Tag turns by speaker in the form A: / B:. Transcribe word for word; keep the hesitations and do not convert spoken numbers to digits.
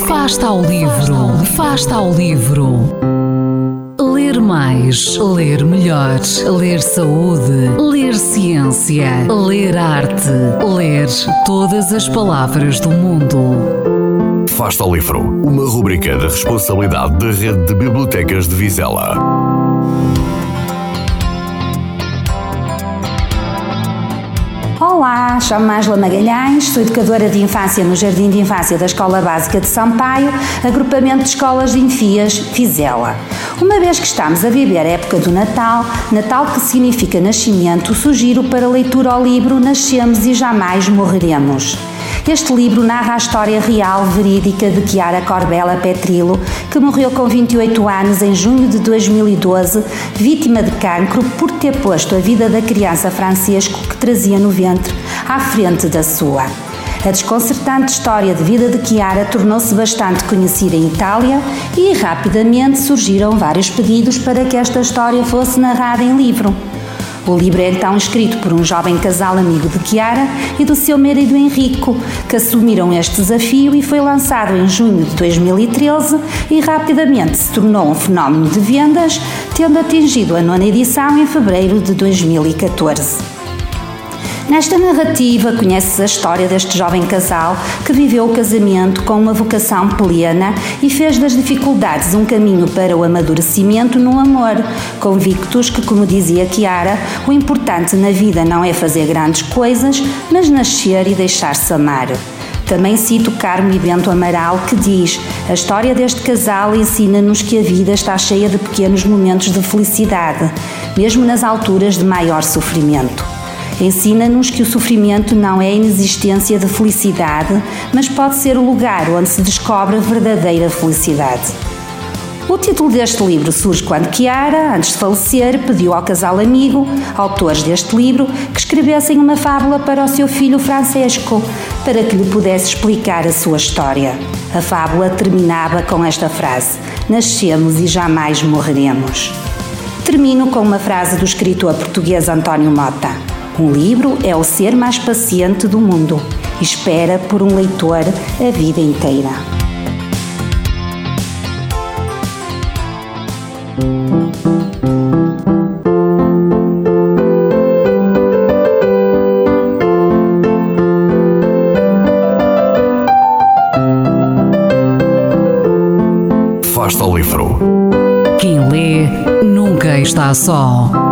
A: Fasta ao livro, Fasta ao livro. Ler mais, ler melhor, ler saúde, ler ciência, ler arte, ler todas as palavras do mundo.
B: Fasta ao livro, uma rubrica da responsabilidade da Rede de Bibliotecas de Vizela.
C: Olá, chamo-me Ângela Magalhães, sou educadora de infância no Jardim de Infância da Escola Básica de Sampaio, agrupamento de escolas de Enfias, Vizela. Uma vez que estamos a viver a época do Natal, Natal que significa nascimento, sugiro para leitura ao livro Nascemos e Jamais Morreremos. Este livro narra a história real, verídica de Chiara Corbella Petrillo, que morreu com vinte e oito anos em junho de dois mil e doze, vítima de cancro por ter posto a vida da criança Francisco que trazia no ventre à frente da sua. A desconcertante história de vida de Chiara tornou-se bastante conhecida em Itália e rapidamente surgiram vários pedidos para que esta história fosse narrada em livro. O livro é então escrito por um jovem casal amigo de Chiara e do seu marido Enrico, que assumiram este desafio e foi lançado em junho de dois mil e treze e rapidamente se tornou um fenómeno de vendas, tendo atingido a nona edição em fevereiro de dois mil e catorze. Nesta narrativa conhece-se a história deste jovem casal que viveu o casamento com uma vocação plena e fez das dificuldades um caminho para o amadurecimento no amor, convictos que, como dizia Chiara, o importante na vida não é fazer grandes coisas, mas nascer e deixar-se amar. Também cito Carmo e Bento Amaral, que diz: a história deste casal ensina-nos que a vida está cheia de pequenos momentos de felicidade, mesmo nas alturas de maior sofrimento. Ensina-nos que o sofrimento não é a inexistência de felicidade, mas pode ser o lugar onde se descobre a verdadeira felicidade. O título deste livro surge quando Chiara, antes de falecer, pediu ao casal amigo, autores deste livro, que escrevessem uma fábula para o seu filho Francesco, para que lhe pudesse explicar a sua história. A fábula terminava com esta frase: nascemos e jamais morreremos. Termino com uma frase do escritor português António Mota: um livro é o ser mais paciente do mundo. Espera por um leitor a vida inteira.
B: Fasta ao livro.
A: Quem lê nunca está só.